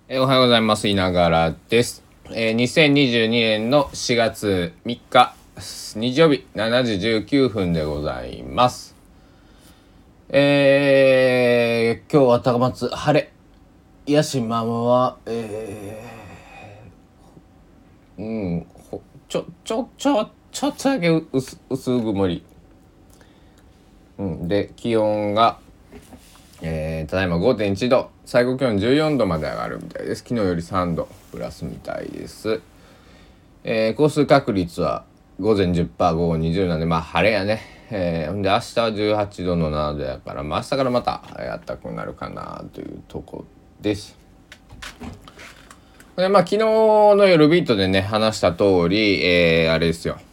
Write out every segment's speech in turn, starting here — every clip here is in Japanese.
おはようございます。いながらです。2022年の4月3日、日曜日7時19分でございます。今日は高松晴れ。八島は、ちょっとだけ薄曇り。で、気温が、ただいま 5.1 度、最高気温14度まで上がるみたいです。昨日より3度プラスみたいです。降水確率は午前 10%、午後20なんで、晴れやね。ほんで明日は18度の7度やから、明日からまた暖かくなるかなというとこです。で、昨日の夜ビートでね、話した通り、あれですよ。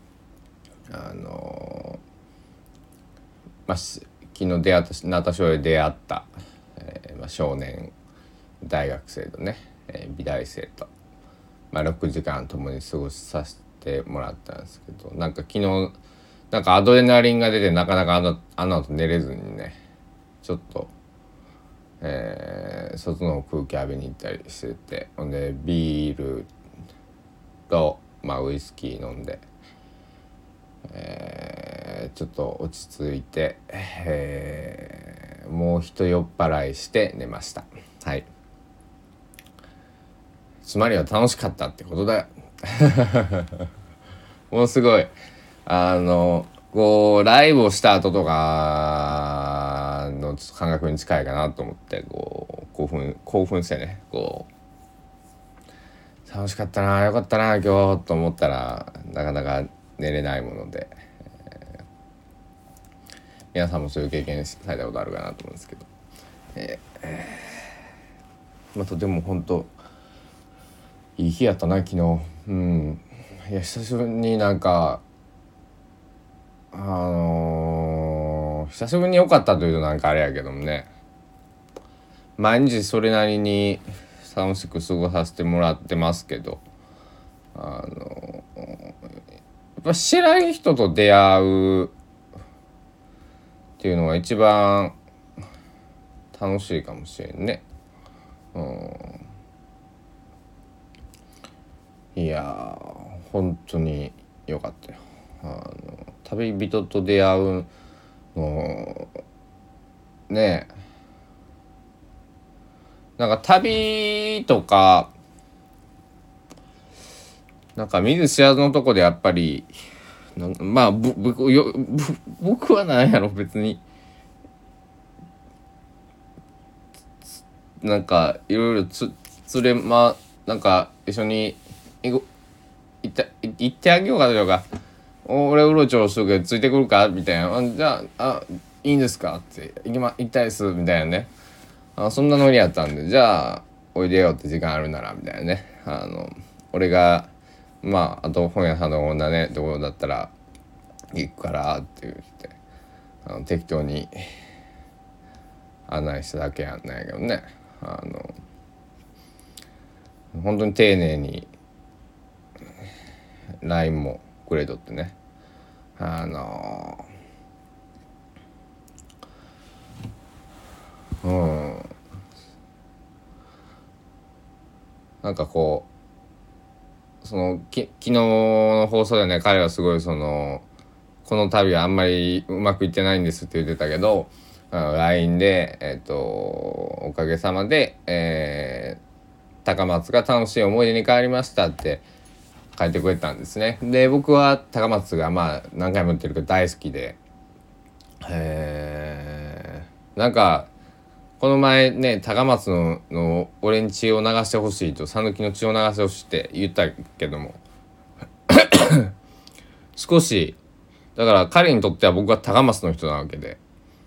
昨日出会ったナタショーで出会った、少年大学生とね、美大生と、6時間共に過ごさせてもらったんですけど、なんか昨日なんかアドレナリンが出てなかなかあの後寝れずにね、ちょっと、外の空気浴びに行ったりしてて、ほんでビールと、ウイスキー飲んで、ちょっと落ち着いて、もう一酔っ払いして寝ました。はい。つまりは楽しかったってことだよ。もうすごいこうライブをした後とかの感覚に近いかなと思って、こう興奮してね、こう楽しかったな、よかったな今日と思ったらなかなか寝れないもので、皆さんもそういう経験されたことあるかなと思うんですけど、とても本当いい日やったな昨日。いや久しぶりになんか久しぶりに良かったというとなんかあれやけどもね、毎日それなりに楽しく過ごさせてもらってますけど、やっぱ知らん人と出会うっていうのが一番楽しいかもしれんね。いやー本当に良かったよ。旅人と出会うのね、なんか旅とかなんか見ず知らずのとこでやっぱり僕はなんやろ、別になんかいろいろなんか一緒に行ってあげようかというか、俺うろちょろするけどついてくるかみたいな、じゃあいいんですかって行きたいですみたいなね、そんなノリやったんで、じゃあおいでよって時間あるならみたいなね、俺があと本屋さんの女ねどこだったら行くからって言って適当に案内しただけやんないけどね、本当に丁寧に LINE もくれとってね、なんかこう昨日の放送でね、彼はすごいこの旅はあんまりうまくいってないんですって言ってたけど、LINE でおかげさまで、高松が楽しい思い出に変わりましたって書いてくれたんですね。で僕は高松が何回も言ってるけど大好きで、なんかこの前ね、高松の俺に血を流してほしいと、讃岐の血を流してほしいって言ったけども少しだから彼にとっては僕は高松の人なわけで、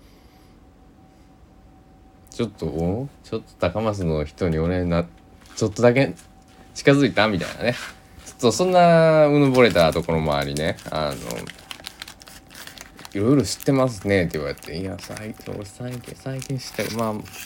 ちょっと高松の人にちょっとだけ近づいたみたいなね、ちょっとそんなうぬぼれたところもありね、いろいろ知ってますねって言われて、いや最近知って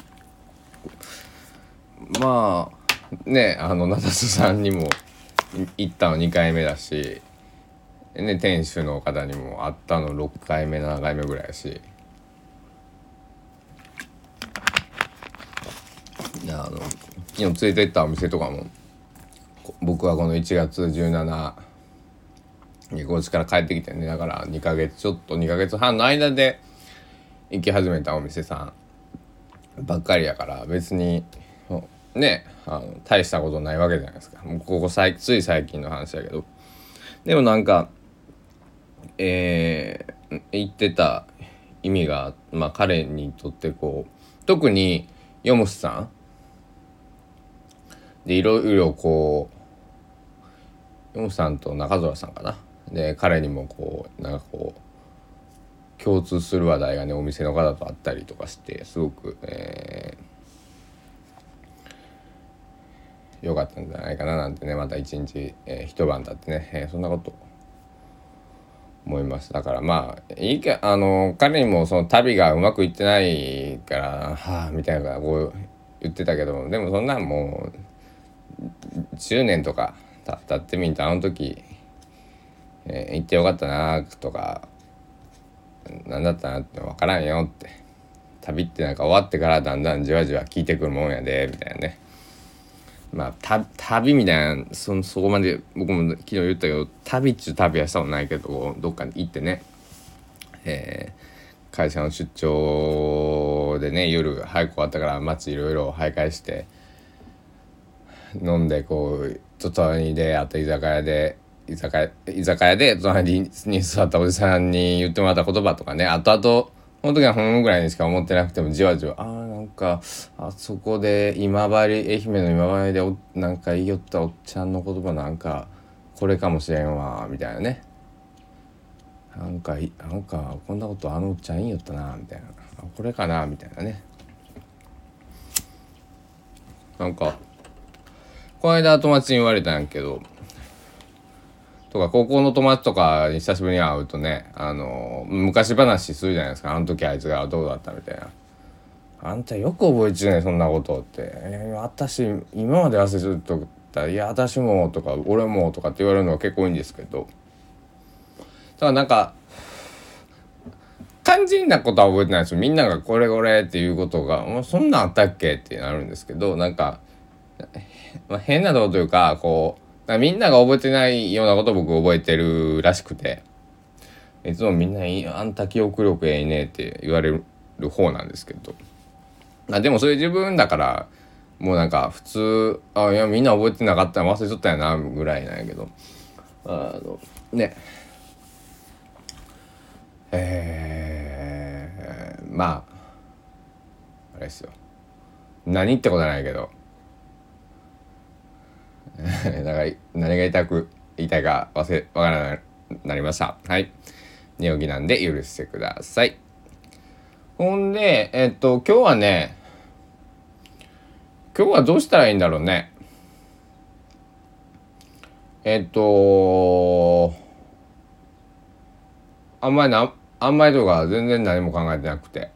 ね、ナタスさんにも行ったの2回目だしね、店主の方にも会ったの6回目7回目ぐらいだし、 昨日連れてったお店とかも僕はこの1月17に高知から帰ってきてね、だから2ヶ月半の間で行き始めたお店さんばっかりやから、別にね大したことないわけじゃないですか。もうつい最近の話だけど、でもなんか言ってた意味が、彼にとってこう特にヨムスさんでいろいろこうヨムスさんと中空さんかなで、彼にもこうなんかこう共通する話題がねお店の方とあったりとかして、すごく良かったんじゃないかななんてね、また一日、一晩経ってね、そんなこと思います。だから彼にもその旅がうまくいってないからみたいなこう言ってたけど、でもそんなんもう10年とか経ってみんと、あの時、行ってよかったなとか何だったなって分からんよって、旅ってなんか終わってからだんだんじわじわ効いてくるもんやでみたいなね。旅みたいなそこまで僕も昨日言ったけど、旅っちゅう旅はしたことないけど、どっかに行ってね、会社の出張でね、夜早く終わったから街いろいろ徘徊して飲んで、こう隣であった居酒屋で隣に座ったおじさんに言ってもらった言葉とかね、後々その時はぐらいにしか思ってなくても、じわじわなんかあそこで愛媛の今治でなんか言いよったおっちゃんの言葉なんかこれかもしれんわみたいなね、なんかこんなことあのおっちゃん言いよったなみたいな、これかなみたいなね。なんかこの間友達に言われたんやけど、とか高校の友達とかに久しぶりに会うとね、昔話するじゃないですか。あの時あいつがどうだったみたいな。あんたよく覚えちゅうねんそんなことって。私今まで忘れちゃっとったら、いや私もとか俺もとかって言われるのが結構多いんですけど、だからなんか肝心なことは覚えてないですよ。みんながこれっていうことがそんなんあったっけってなるんですけど、なんか、変なとこというかこうみんなが覚えてないようなことを僕覚えてるらしくて、いつもみんなにあんた記憶力ええねって言われる方なんですけど、でもそれ自分だからもうなんか普通いやみんな覚えてなかったら忘れちゃったよなぐらいなんやけど、ねあれですよ、何ってことはないけどだから何が言いたいかわからなくなりました。はい、寝起きなんで許してください。ほんで今日はどうしたらいいんだろうね。あんまりとか全然何も考えてなくて、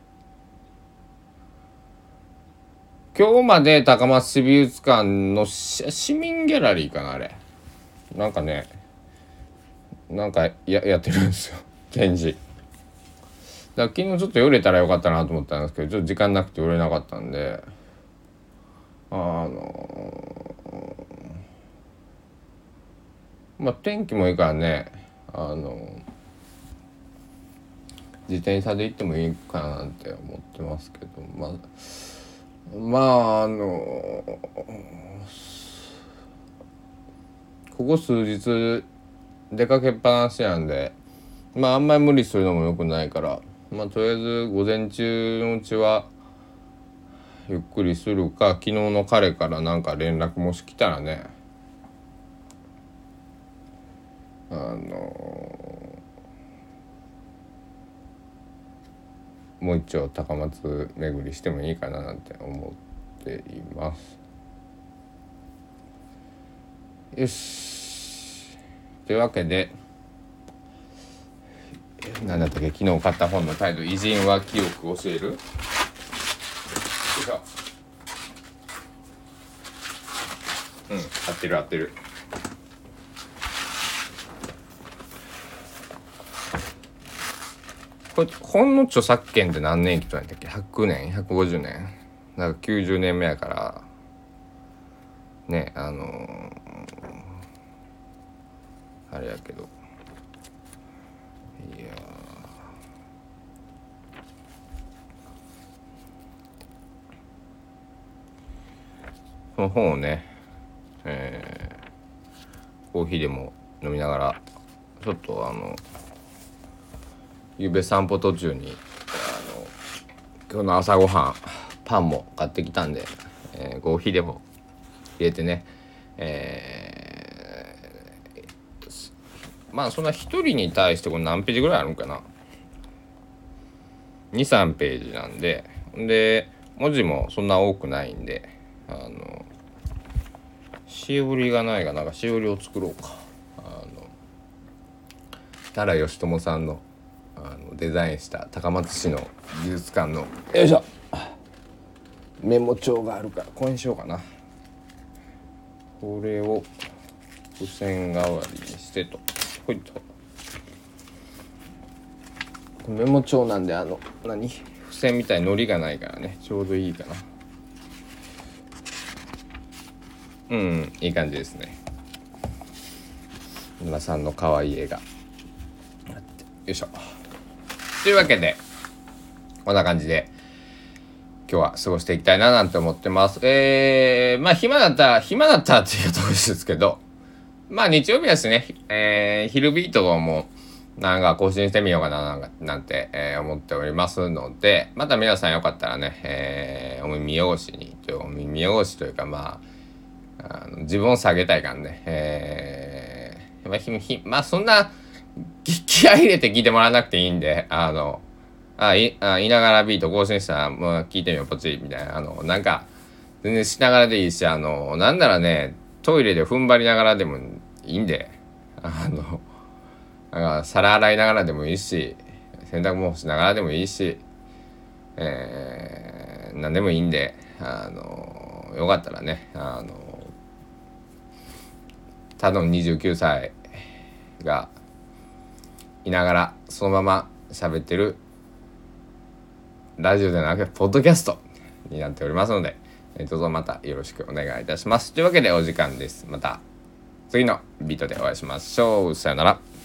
今日まで高松市美術館の市民ギャラリーかな、あれなんかね、なんかやってるんですよ展示。だから昨日ちょっと寄れたらよかったなと思ったんですけど、ちょっと時間なくて寄れなかったんで、天気もいいからね、自転車で行ってもいいかななんて思ってますけど、ここ数日出かけっぱなしなんで、あんまり無理するのも良くないから、とりあえず午前中のうちはゆっくりするか、昨日の彼からなんか連絡もし来たらね、もう一丁高松巡りしてもいいかななんて思っています。よし、というわけで何だったっけ、昨日買った本のタイトル、偉人は記憶を教える。よいしょ。合ってる。これ本の著作権って何年生きたんだっけ、100年150年なんか90年目やからね、あれやけど、いやその本をね、コーヒーでも飲みながらちょっとゆうべ散歩途中に今日の朝ごはんパンも買ってきたんで、コーヒーでも入れてね、まあそんな一人に対してこれ何ページぐらいあるんかな、 2,3 ページなんで、文字もそんな多くないんで、しおりがないがなんかしおりを作ろうか。奈良義朝さんのデザインした高松市の美術館のよいしょメモ帳があるからこれにしようかな。これを付箋代わりにしてと、ほいと。メモ帳なんで付箋みたいにのりがないからね、ちょうどいいかな。いい感じですね。皆さんの可愛い絵が。よいしょ。というわけでこんな感じで今日は過ごしていきたいななんて思ってます。まあ暇だったらっていうところですけど、まあ日曜日ですね。昼ビートもなんか更新してみようかななんて、思っておりますので、また皆さんよかったらね、お耳汚しというかまあ自分を下げたいからね、まあそんな気合い入れて聞いてもらわなくていいんで、いながらビート更新したらもう聞いてみようポチみたいな、なんか全然しながらでいいし、なんならねトイレで踏ん張りながらでもいいんで、なんか皿洗いながらでもいいし、洗濯物しながらでもいいし、何でもいいんで、よかったらね、ただの29歳がいながらそのまま喋ってるラジオではなくポッドキャストになっておりますので、どうぞまたよろしくお願いいたします。というわけでお時間です。また次のビートでお会いしましょう。さよなら。